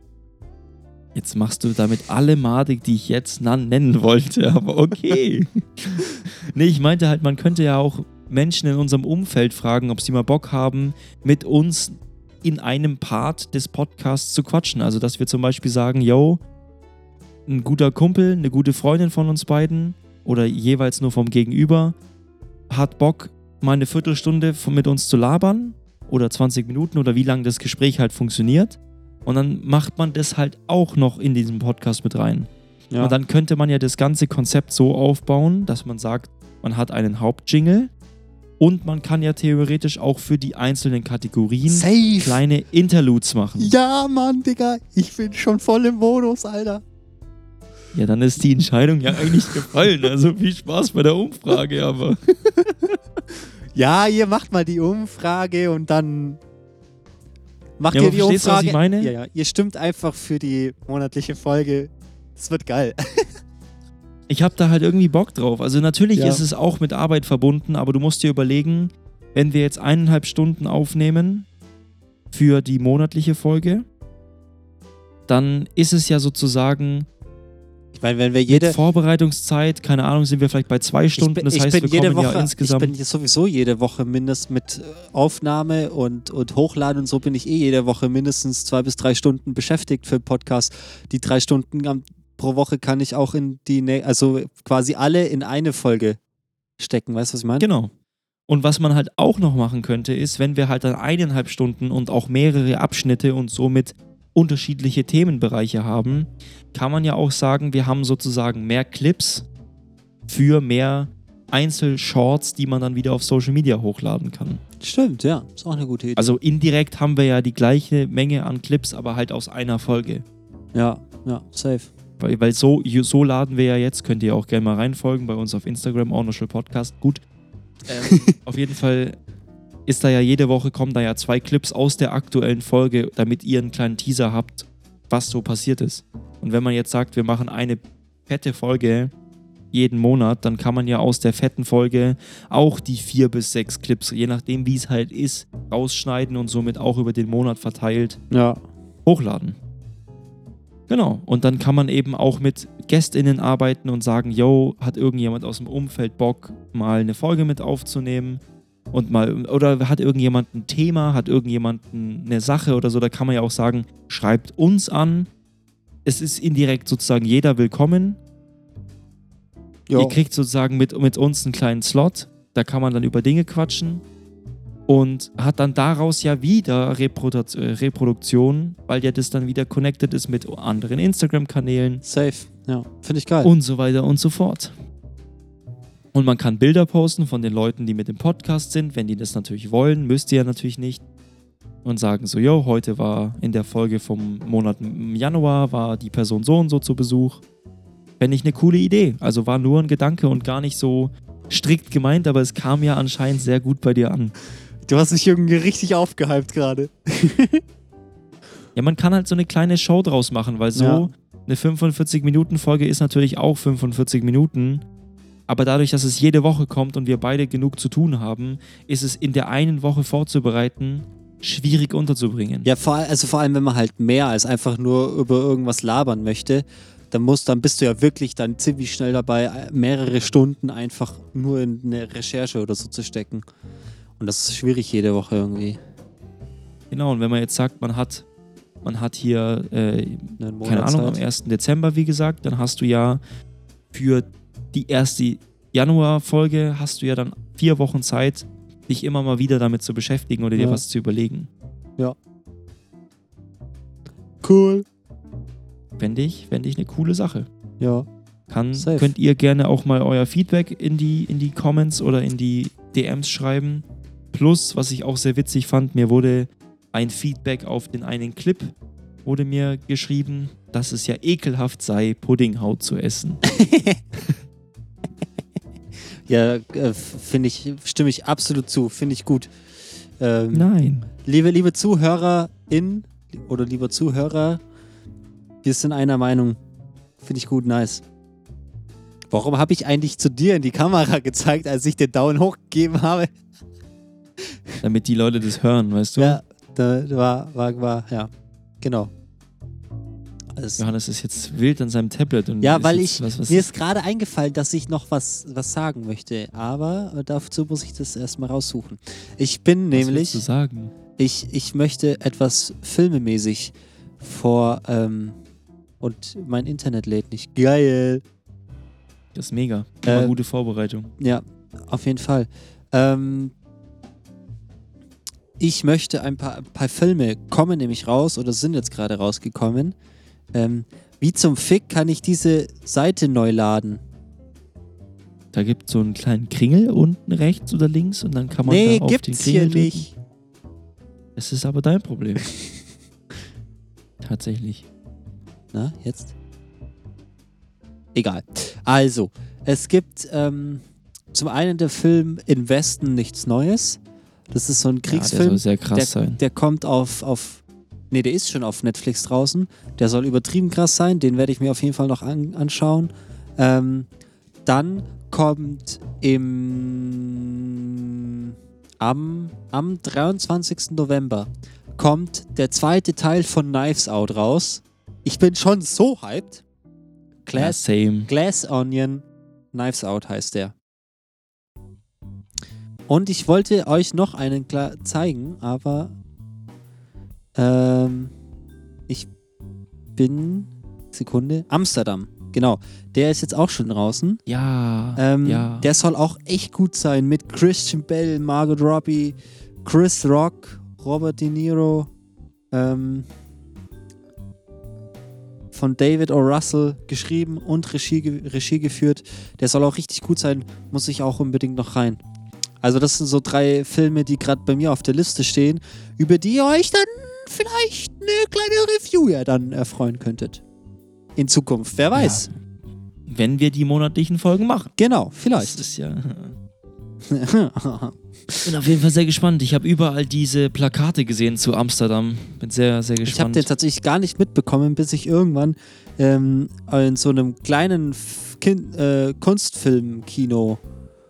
Jetzt machst du damit alle madig, die ich jetzt nennen wollte, aber okay. Nee, ich meinte halt, man könnte ja auch Menschen in unserem Umfeld fragen, ob sie mal Bock haben, mit uns in einem Part des Podcasts zu quatschen. Also, dass wir zum Beispiel sagen, ein guter Kumpel, eine gute Freundin von uns beiden oder jeweils nur vom Gegenüber hat Bock, mal eine Viertelstunde mit uns zu labern oder 20 Minuten oder wie lange das Gespräch halt funktioniert. Und dann macht man das halt auch noch in diesen Podcast mit rein. Ja. Und dann könnte man ja das ganze Konzept so aufbauen, dass man sagt, man hat einen Hauptjingle und man kann ja theoretisch auch für die einzelnen Kategorien kleine Interludes machen. Ja, Mann, Digga, ich bin schon voll im Modus, Alter. Ja, dann ist die Entscheidung ja eigentlich gefallen. Also viel Spaß bei der Umfrage, aber... Ja, ihr macht mal die Umfrage und dann macht ihr die Umfrage. Was ich meine? Ja, ihr stimmt einfach für die monatliche Folge. Das wird geil. Ich habe da halt irgendwie Bock drauf. Also natürlich ist es auch mit Arbeit verbunden, aber du musst dir überlegen, wenn wir jetzt 1,5 Stunden aufnehmen für die monatliche Folge, dann ist es ja sozusagen... Ich meine, wenn wir jede... Mit Vorbereitungszeit, keine Ahnung, sind wir vielleicht bei 2 Stunden. Das heißt, wir kommen ja insgesamt... Ich bin sowieso jede Woche mindestens mit Aufnahme und Hochladen und so bin ich jede Woche mindestens 2 bis 3 Stunden beschäftigt für den Podcast. Die 3 Stunden pro Woche kann ich auch in also quasi alle in eine Folge stecken. Weißt du, was ich meine? Genau. Und was man halt auch noch machen könnte, ist, wenn wir halt dann 1,5 Stunden und auch mehrere Abschnitte und somit unterschiedliche Themenbereiche haben, kann man ja auch sagen, wir haben sozusagen mehr Clips für mehr Einzelshorts, die man dann wieder auf Social Media hochladen kann. Stimmt, ja. Ist auch eine gute Idee. Also indirekt haben wir ja die gleiche Menge an Clips, aber halt aus einer Folge. Ja, safe. Weil so laden wir ja jetzt, könnt ihr auch gerne mal reinfolgen bei uns auf Instagram, Ornoschel Podcast. Gut. Auf jeden Fall ist da ja jede Woche, kommen da ja 2 Clips aus der aktuellen Folge, damit ihr einen kleinen Teaser habt, was so passiert ist. Und wenn man jetzt sagt, wir machen eine fette Folge jeden Monat, dann kann man ja aus der fetten Folge auch die 4 bis 6 Clips, je nachdem wie es halt ist, rausschneiden und somit auch über den Monat verteilt hochladen. Genau. Und dann kann man eben auch mit GästInnen arbeiten und sagen, hat irgendjemand aus dem Umfeld Bock, mal eine Folge mit aufzunehmen? Oder hat irgendjemand ein Thema, hat irgendjemand eine Sache oder so, da kann man ja auch sagen, schreibt uns an. Es ist indirekt sozusagen jeder willkommen. Jo. Ihr kriegt sozusagen mit uns einen kleinen Slot, da kann man dann über Dinge quatschen und hat dann daraus ja wieder Reproduktion, weil ja das dann wieder connected ist mit anderen Instagram-Kanälen. Safe, ja, finde ich geil. Und so weiter und so fort. Und man kann Bilder posten von den Leuten, die mit dem Podcast sind, wenn die das natürlich wollen, müsst ihr ja natürlich nicht. Und sagen so, yo, heute war in der Folge vom Monat Januar, war die Person so und so zu Besuch. Fände ich eine coole Idee. Also war nur ein Gedanke und gar nicht so strikt gemeint, aber es kam ja anscheinend sehr gut bei dir an. Du hast mich irgendwie richtig aufgehypt gerade. Ja, man kann halt so eine kleine Show draus machen, weil so eine 45-Minuten-Folge ist natürlich auch 45 Minuten. Aber dadurch, dass es jede Woche kommt und wir beide genug zu tun haben, ist es in der einen Woche vorzubereiten schwierig unterzubringen. Ja, vor allem, wenn man halt mehr als einfach nur über irgendwas labern möchte, dann bist du ja wirklich dann ziemlich schnell dabei, mehrere Stunden einfach nur in eine Recherche oder so zu stecken. Und das ist schwierig jede Woche irgendwie. Genau, und wenn man jetzt sagt, man hat hier, keine Ahnung, am 1. Dezember, wie gesagt, dann hast du ja für die erste Januar-Folge hast du ja dann 4 Wochen Zeit, dich immer mal wieder damit zu beschäftigen oder dir was zu überlegen. Ja. Cool. Fände ich eine coole Sache. Ja. Könnt ihr gerne auch mal euer Feedback in die Comments oder in die DMs schreiben. Plus, was ich auch sehr witzig fand, mir wurde ein Feedback auf den einen Clip wurde mir geschrieben, dass es ja ekelhaft sei, Puddinghaut zu essen. Ja, stimme ich absolut zu, finde ich gut. Nein. Liebe ZuhörerInnen oder lieber Zuhörer, wir sind einer Meinung. Finde ich gut, nice. Warum habe ich eigentlich zu dir in die Kamera gezeigt, als ich den Daumen hoch gegeben habe? Damit die Leute das hören, weißt du? Ja, da war, ja, genau. Johannes ist jetzt wild an seinem Tablet. Und ja, weil mir ist gerade eingefallen, dass ich noch was sagen möchte, aber dazu muss ich das erstmal raussuchen. Ich bin nämlich... Was willst du sagen? Ich möchte etwas filmemäßig und mein Internet lädt nicht. Geil! Das ist mega. Immer gute Vorbereitung. Ja, auf jeden Fall. Ich möchte ein paar Filme kommen nämlich raus oder sind jetzt gerade rausgekommen. Wie zum Fick kann ich diese Seite neu laden? Da gibt es so einen kleinen Kringel unten rechts oder links und dann kann man da auf den Kringel hier drücken. nicht. Das ist aber dein Problem. Tatsächlich. Na, jetzt? Egal. Also, es gibt zum einen der Film Im Westen nichts Neues. Das ist so ein Kriegsfilm. Der soll sehr krass sein. Der kommt der ist schon auf Netflix draußen. Der soll übertrieben krass sein. Den werde ich mir auf jeden Fall noch anschauen. Dann kommt am 23. November kommt der zweite Teil von Knives Out raus. Ich bin schon so hyped. Same. Glass Onion Knives Out heißt der. Und ich wollte euch noch einen zeigen, aber Sekunde, Amsterdam, genau. Der ist jetzt auch schon draußen. Ja. Der soll auch echt gut sein mit Christian Bale, Margot Robbie, Chris Rock, Robert De Niro, von David O. Russell geschrieben und Regie geführt. Der soll auch richtig gut sein, muss ich auch unbedingt noch rein. Also das sind so 3 Filme, die gerade bei mir auf der Liste stehen, über die ihr euch dann vielleicht eine kleine Review ja dann erfreuen könnte. In Zukunft, wer weiß. Ja, wenn wir die monatlichen Folgen machen. Genau, vielleicht. Das ist ja... Bin auf jeden Fall sehr gespannt. Ich habe überall diese Plakate gesehen zu Amsterdam. Bin sehr, sehr gespannt. Ich habe den tatsächlich gar nicht mitbekommen, bis ich irgendwann in so einem kleinen Kunstfilmkino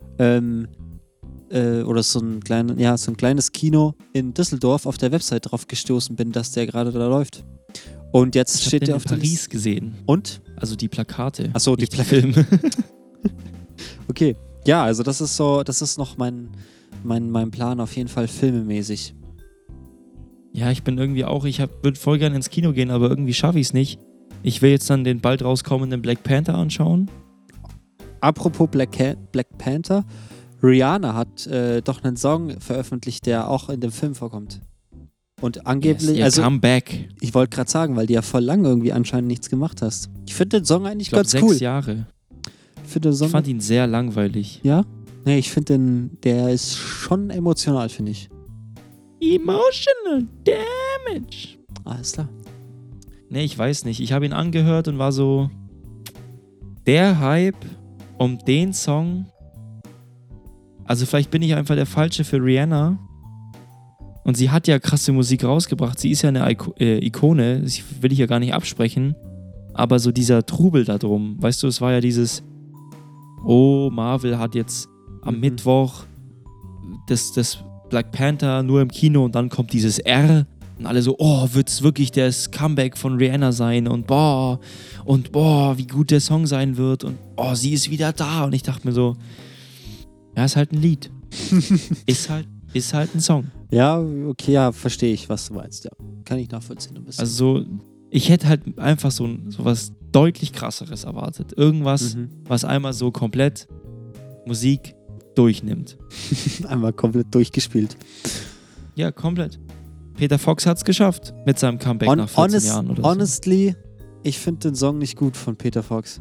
oder so ein kleines Kino in Düsseldorf auf der Website drauf gestoßen bin, dass der gerade da läuft. Und jetzt steht der auf der Paris gesehen. Und? Also die Plakate. Achso, die Filme. Okay. Ja, also das ist noch mein Plan auf jeden Fall filmemäßig. Ja, ich bin irgendwie auch, würde voll gerne ins Kino gehen, aber irgendwie schaffe ich es nicht. Ich will jetzt dann den bald rauskommenden Black Panther anschauen. Apropos Black Panther, Rihanna hat doch einen Song veröffentlicht, der auch in dem Film vorkommt. Und angeblich, yes, Comeback. Ich wollte gerade sagen, weil du ja voll lang irgendwie anscheinend nichts gemacht hast. Ich finde den Song eigentlich ganz cool. 6 Jahre. finde den Ich Song. fand ihn sehr langweilig. Ja? Nee, ich finde der ist schon emotional, finde ich. Emotional Damage. Alles klar. Nee, ich weiß nicht. Ich habe ihn angehört und war so, der Hype um den Song, also vielleicht bin ich einfach der Falsche für Rihanna. Und sie hat ja krasse Musik rausgebracht. Sie ist ja eine Ikone, das will ich ja gar nicht absprechen. Aber so dieser Trubel da drum, weißt du, es war ja dieses, oh, Marvel hat jetzt am Mittwoch das Black Panther nur im Kino und dann kommt dieses R und alle so, oh, wird's wirklich das Comeback von Rihanna sein und boah, wie gut der Song sein wird und oh, sie ist wieder da. Und ich dachte mir so, ja, ist halt ein Lied. ist halt ein Song. Ja, okay, ja, verstehe ich, was du meinst. Ja, kann ich nachvollziehen ein bisschen. Also so, ich hätte halt einfach so was deutlich krasseres erwartet. Irgendwas, was einmal so komplett Musik durchnimmt. Einmal komplett durchgespielt. Ja, komplett. Peter Fox hat's geschafft mit seinem Comeback nach 14 Jahren oder so. Honestly, ich finde den Song nicht gut von Peter Fox.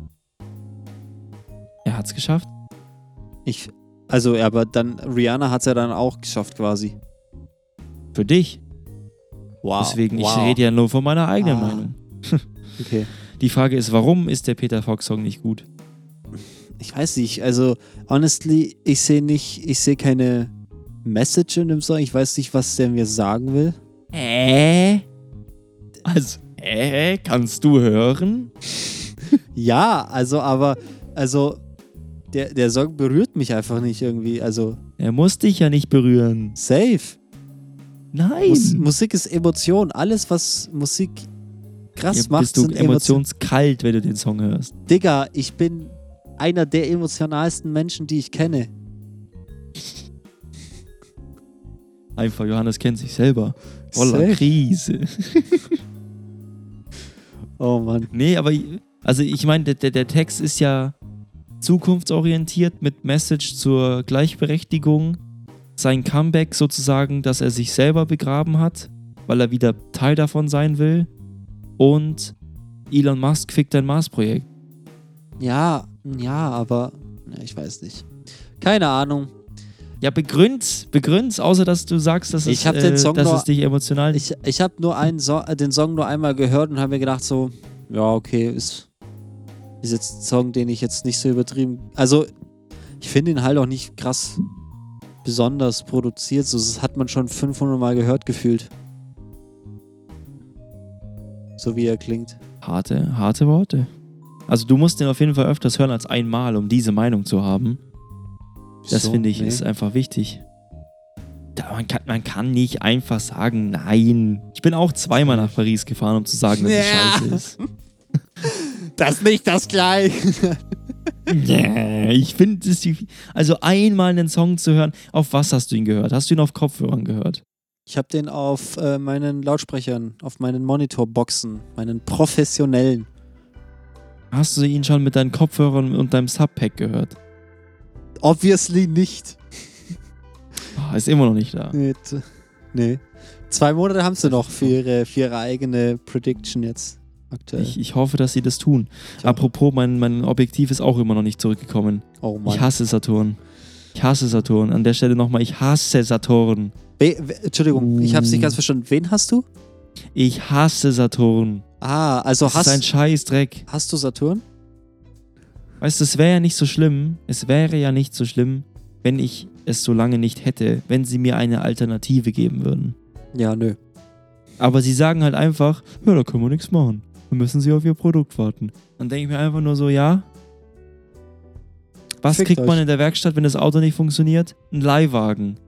Er hat's geschafft. Aber dann, Rihanna hat's ja dann auch geschafft quasi. Für dich. Wow. Deswegen, ich rede ja nur von meiner eigenen Ah. Meinung. Okay. Die Frage ist, warum ist der Peter Fox-Song nicht gut? Ich weiß nicht, also honestly, ich sehe keine Message in dem Song. Ich weiß nicht, was der mir sagen will. Also, kannst du hören? Ja, der Song berührt mich einfach nicht irgendwie. Also, Er muss dich ja nicht berühren. safe. Nein. Musik ist Emotion. Alles, was Musik krass macht, bist du sind Emotionen. emotionskalt, wenn du den Song hörst. Digga, ich bin einer der emotionalsten Menschen, die ich kenne. Einfach, Johannes kennt sich selber. Voller Safe. Krise. Oh Mann. Nee, aber also ich meine, der Text ist ja zukunftsorientiert mit Message zur Gleichberechtigung. Sein Comeback sozusagen, dass er sich selber begraben hat, weil er wieder Teil davon sein will. Und Elon Musk fickt ein Mars-Projekt. Ja, aber ich weiß nicht. Keine Ahnung. Ja, begründ's, außer dass du sagst, dass Ich hab den Song dass nur- es dich emotional... Ich habe nur den Song nur einmal gehört und habe mir gedacht so, ja, okay, ist jetzt ein Song, den ich jetzt nicht so übertrieben... Also, ich finde ihn halt auch nicht krass besonders produziert. So, das hat man schon 500 Mal gehört gefühlt. So wie er klingt. Harte Worte. Also du musst den auf jeden Fall öfters hören als einmal, um diese Meinung zu haben. Das So, finde ich nee. ist einfach wichtig. Man kann nicht einfach sagen, nein. Ich bin auch zweimal nach Paris gefahren, um zu sagen, dass es Ja. scheiße ist. Das ist nicht das Gleiche. Yeah, ich finde es... Also einmal einen Song zu hören, auf was hast du ihn gehört? Hast du ihn auf Kopfhörern gehört? Ich habe den auf meinen Lautsprechern, auf meinen Monitorboxen, meinen professionellen. Hast du ihn schon mit deinen Kopfhörern und deinem Subpack gehört? Obviously nicht. Ist immer noch nicht da. Nee. 2 Monate haben sie noch für ihre eigene Prediction jetzt aktuell. Ich hoffe, dass sie das tun. Ich auch. Apropos, mein Objektiv ist auch immer noch nicht zurückgekommen. Oh Mann. Ich hasse Saturn. An der Stelle nochmal, ich hasse Saturn. Entschuldigung, ich hab's nicht ganz verstanden. Wen hast du? Ich hasse Saturn. Ah, also Das ist ein Scheißdreck. hast du Saturn? Weißt du, es wäre ja nicht so schlimm. Es wäre ja nicht so schlimm, wenn ich es so lange nicht hätte, wenn sie mir eine Alternative geben würden. Ja, nö. Aber sie sagen halt einfach, ja, da können wir nichts machen. Dann müssen sie auf ihr Produkt warten. Dann denke ich mir einfach nur so, ja. Was Fickt kriegt man euch. in der Werkstatt, wenn das Auto nicht funktioniert? Ein Leihwagen.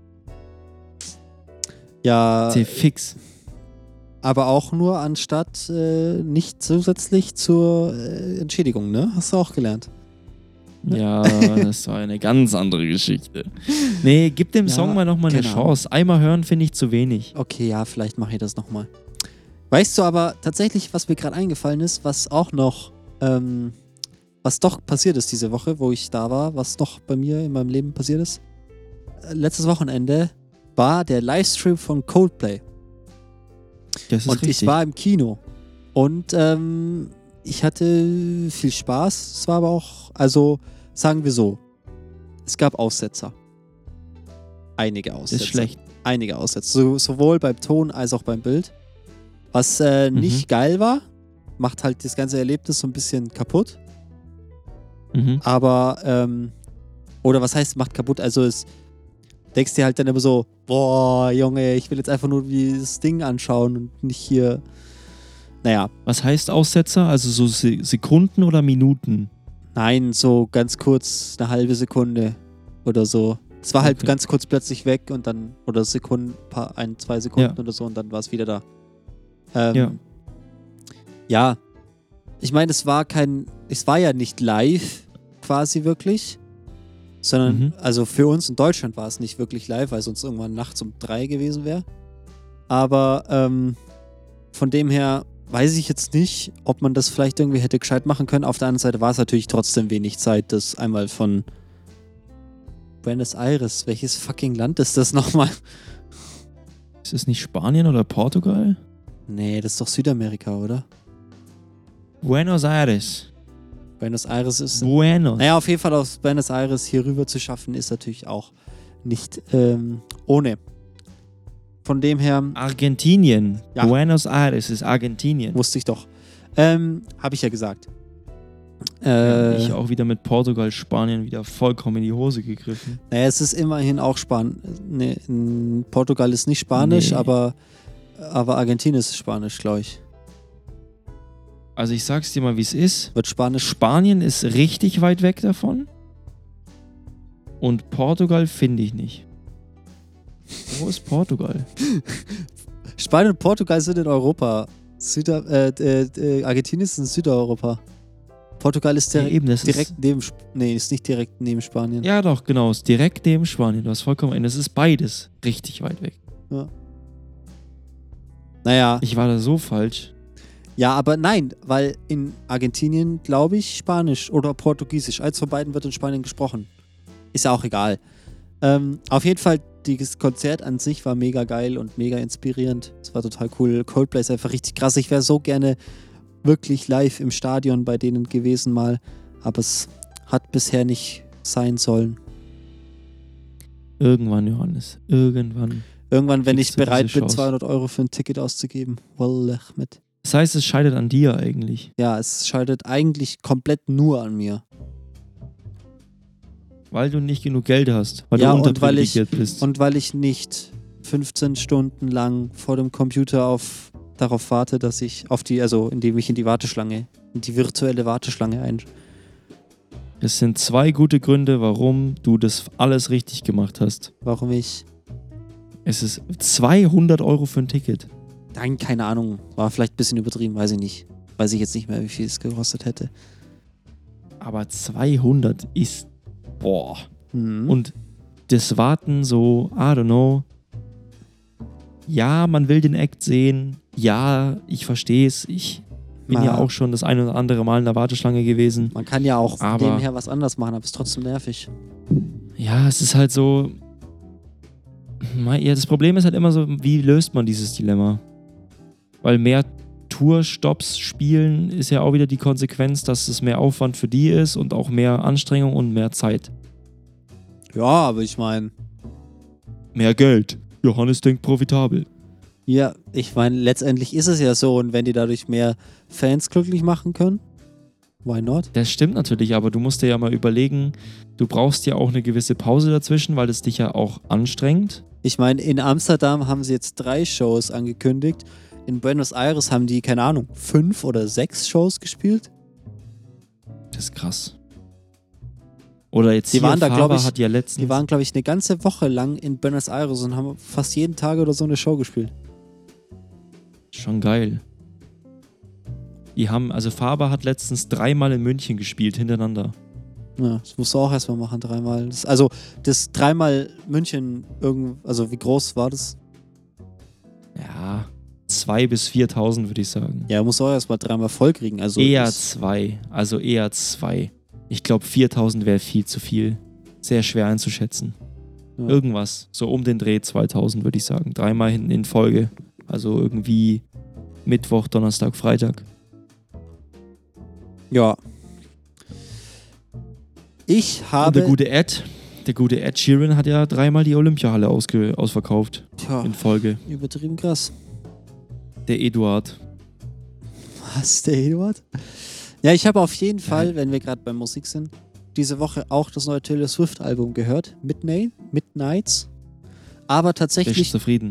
Ja, Fix. aber auch nur anstatt nicht zusätzlich zur Entschädigung, ne? Hast du auch gelernt. Ja, das war eine ganz andere Geschichte. Nee, gib dem Ja, Song mal nochmal eine genau. Chance. Einmal hören finde ich zu wenig. Okay, ja, vielleicht mache ich das nochmal. Weißt du aber tatsächlich, was mir gerade eingefallen ist, was auch noch, was doch passiert ist diese Woche, wo ich da war, was noch bei mir in meinem Leben passiert ist? Letztes Wochenende war der Livestream von Coldplay. Das ist Und richtig. ich war im Kino. Und ich hatte viel Spaß. Es war aber auch, also sagen wir so, es gab Aussetzer. Einige Aussetzer. Ist schlecht. Einige Aussetzer. Sowohl beim Ton als auch beim Bild. Was nicht geil war, macht halt das ganze Erlebnis so ein bisschen kaputt. Aber, oder was heißt, macht kaputt? Also es denkst dir halt dann immer so, boah, Junge, ich will jetzt einfach nur das Ding anschauen und nicht hier, naja. Was heißt Aussetzer? Also so Sekunden oder Minuten? Nein, so ganz kurz, eine halbe Sekunde oder so. Es war halt ganz kurz plötzlich weg und dann, oder Sekunden, 2 Sekunden oder so und dann war es wieder da. Ja. Ich meine, es war ja nicht live quasi wirklich, sondern, also für uns in Deutschland war es nicht wirklich live, weil es uns irgendwann nachts um 3 gewesen wäre. Aber von dem her weiß ich jetzt nicht, ob man das vielleicht irgendwie hätte gescheit machen können. Auf der anderen Seite war es natürlich trotzdem wenig Zeit, das einmal von Buenos Aires, welches fucking Land ist das nochmal? Ist es nicht Spanien oder Portugal? Nee, das ist doch Südamerika, oder? Buenos Aires. Buenos Aires ist... Buenos. Naja, auf jeden Fall aus Buenos Aires hier rüber zu schaffen, ist natürlich auch nicht ohne. Von dem her... Argentinien. Ja. Buenos Aires ist Argentinien. Wusste ich doch. Habe ich ja gesagt. Ich auch wieder mit Portugal, Spanien wieder vollkommen in die Hose gegriffen. Naja, es ist immerhin auch Portugal ist nicht Spanisch, aber Argentinien ist Spanisch, glaube ich. Also ich sag's dir mal, wie es ist. Wird Spanisch. Spanien ist richtig weit weg davon. Und Portugal finde ich nicht. Wo ist Portugal? Spanien und Portugal sind in Europa. Argentinien ist in Südeuropa. Portugal ist ist nicht direkt neben Spanien. Ja doch, genau, ist direkt neben Spanien. Du hast vollkommen recht. Es ist beides richtig weit weg. Ja. Naja. Ich war da so falsch. Ja, aber nein, weil in Argentinien, glaube ich, Spanisch oder Portugiesisch. Eins von beiden wird in Spanien gesprochen. Ist ja auch egal. Auf jeden Fall, das Konzert an sich war mega geil und mega inspirierend. Es war total cool. Coldplay ist einfach richtig krass. Ich wäre so gerne wirklich live im Stadion bei denen gewesen mal. Aber es hat bisher nicht sein sollen. Irgendwann, Johannes. Irgendwann. Irgendwann, wenn ich bereit bin, 200 € für ein Ticket auszugeben. Wallah, mit. Das heißt, es scheitert an dir eigentlich. Ja, es scheitert eigentlich komplett nur an mir. Weil du nicht genug Geld hast. Weil du unterprivilegiert bist. Und weil ich nicht 15 Stunden lang vor dem Computer darauf warte, dass ich indem ich in die virtuelle Warteschlange Es sind 2 gute Gründe, warum du das alles richtig gemacht hast. Warum ich? Es ist 200 € für ein Ticket. Nein, keine Ahnung. War vielleicht ein bisschen übertrieben, weiß ich nicht. Weiß ich jetzt nicht mehr, wie viel es gekostet hätte. Aber 200 ist... Boah. Mhm. Und das Warten so, I don't know. Ja, man will den Act sehen. Ja, ich verstehe es. Ich bin ja auch schon das ein oder andere Mal in der Warteschlange gewesen. Man kann ja auch nebenher was anderes machen, aber es ist trotzdem nervig. Ja, es ist halt so... Ja, das Problem ist halt immer so, wie löst man dieses Dilemma? Weil mehr Tourstops spielen ist ja auch wieder die Konsequenz, dass es mehr Aufwand für die ist und auch mehr Anstrengung und mehr Zeit. Ja, aber ich meine... Mehr Geld. Johannes denkt profitabel. Ja, ich meine, letztendlich ist es ja so und wenn die dadurch mehr Fans glücklich machen können, why not? Das stimmt natürlich, aber du musst dir ja mal überlegen, du brauchst ja auch eine gewisse Pause dazwischen, weil es dich ja auch anstrengt. Ich meine, in Amsterdam haben sie jetzt 3 Shows angekündigt. In Buenos Aires haben die, keine Ahnung, 5 oder 6 Shows gespielt. Das ist krass. Oder jetzt die waren da, glaube ich, hat ja letztens... Die waren, glaube ich, eine ganze Woche lang in Buenos Aires und haben fast jeden Tag oder so eine Show gespielt. Schon geil. Faber hat letztens 3-mal in München gespielt, hintereinander. Ja, das musst du auch erstmal machen, 3-mal. Das 3-mal München, wie groß war das? Ja, 2.000 bis 4.000 würde ich sagen. Ja, musst du auch erstmal 3-mal voll kriegen. Eher 2. Ich glaube 4.000 wäre viel zu viel. Sehr schwer einzuschätzen. Ja. Irgendwas, so um den Dreh 2.000 würde ich sagen. 3-mal hinten in Folge. Also irgendwie Mittwoch, Donnerstag, Freitag. Ja. Ich Und habe... der gute Ed Sheeran hat ja 3-mal die Olympiahalle ausverkauft. Tja, In Folge. übertrieben krass. Der Eduard. Was, der Eduard? Ja, ich habe auf jeden Fall, wenn wir gerade bei Musik sind, diese Woche auch das neue Taylor Swift-Album gehört. Midnights. Aber Bist du tatsächlich... zufrieden?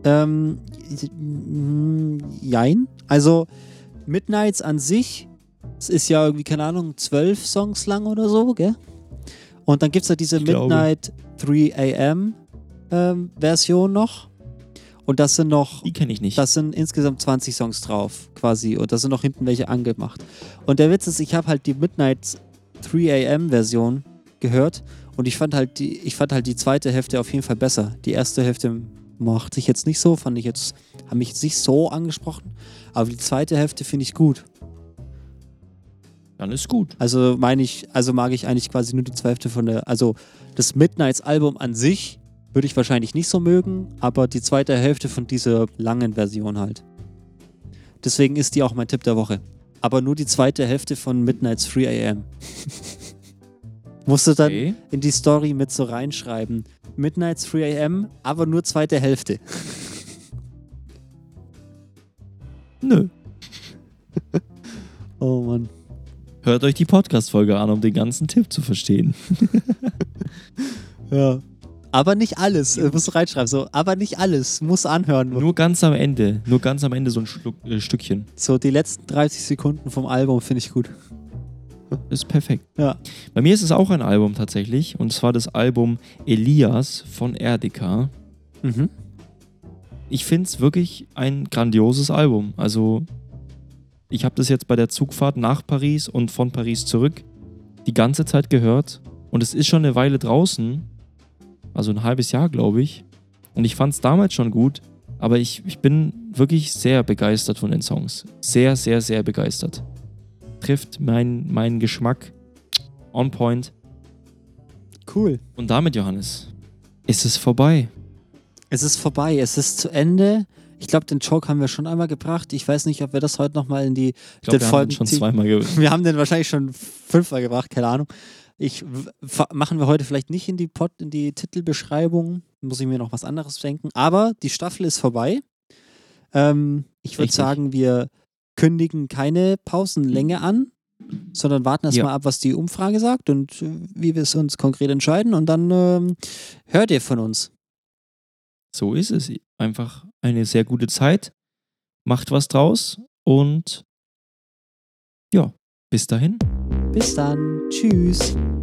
Jein. Also Midnights an sich, es ist ja irgendwie, keine Ahnung, 12 Songs lang oder so, gell? Und dann gibt es ja diese Ich glaube. Midnight 3 AM Version noch. Und das sind noch, Die kenne ich nicht. das sind insgesamt 20 Songs drauf, quasi. Und da sind noch hinten welche angemacht. Und der Witz ist, ich habe halt die Midnight 3 AM Version gehört und ich fand halt die zweite Hälfte auf jeden Fall besser. Die erste Hälfte mochte ich jetzt nicht so, haben mich jetzt nicht so angesprochen, aber die zweite Hälfte finde ich gut. Dann ist gut. Also mag ich eigentlich quasi nur die zweite also das Midnights-Album an sich würde ich wahrscheinlich nicht so mögen, aber die zweite Hälfte von dieser langen Version halt. Deswegen ist die auch mein Tipp der Woche. Aber nur die zweite Hälfte von Midnights 3 AM. Musst du dann Okay. in die Story mit so reinschreiben. Midnights 3 AM, aber nur zweite Hälfte. Nö. Oh Mann. Hört euch die Podcast-Folge an, um den ganzen Tipp zu verstehen. Ja. Aber nicht alles. Musst du reinschreiben. So, aber nicht alles. Muss anhören. Nur ganz am Ende so ein Stückchen. So, die letzten 30 Sekunden vom Album finde ich gut. Ist perfekt. Ja. Bei mir ist es auch ein Album tatsächlich. Und zwar das Album Elias von Erdika. Mhm. Ich finde es wirklich ein grandioses Album. Also, ich habe das jetzt bei der Zugfahrt nach Paris und von Paris zurück die ganze Zeit gehört. Und es ist schon eine Weile draußen. Also ein halbes Jahr, glaube ich. Und ich fand es damals schon gut. Aber ich bin wirklich sehr begeistert von den Songs. Sehr, sehr, sehr begeistert. Trifft meinen Geschmack on point. Cool. Und damit, Johannes, ist es vorbei. Es ist vorbei. Es ist zu Ende. Ich glaube, den Joke haben wir schon einmal gebracht. Ich weiß nicht, ob wir das heute nochmal in die Ich glaube, wir haben den schon zweimal Wir haben den wahrscheinlich schon 5-mal gebracht, keine Ahnung. Machen wir heute vielleicht nicht in die Titelbeschreibung. Muss ich mir noch was anderes denken. Aber die Staffel ist vorbei. Ich würde Richtig. sagen, wir kündigen keine Pausenlänge an, sondern warten erstmal ab, was die Umfrage sagt und wie wir es uns konkret entscheiden. Und dann hört ihr von uns. So ist es. Einfach eine sehr gute Zeit. Macht was draus. Und ja, bis dahin. Bis dann. Tschüss.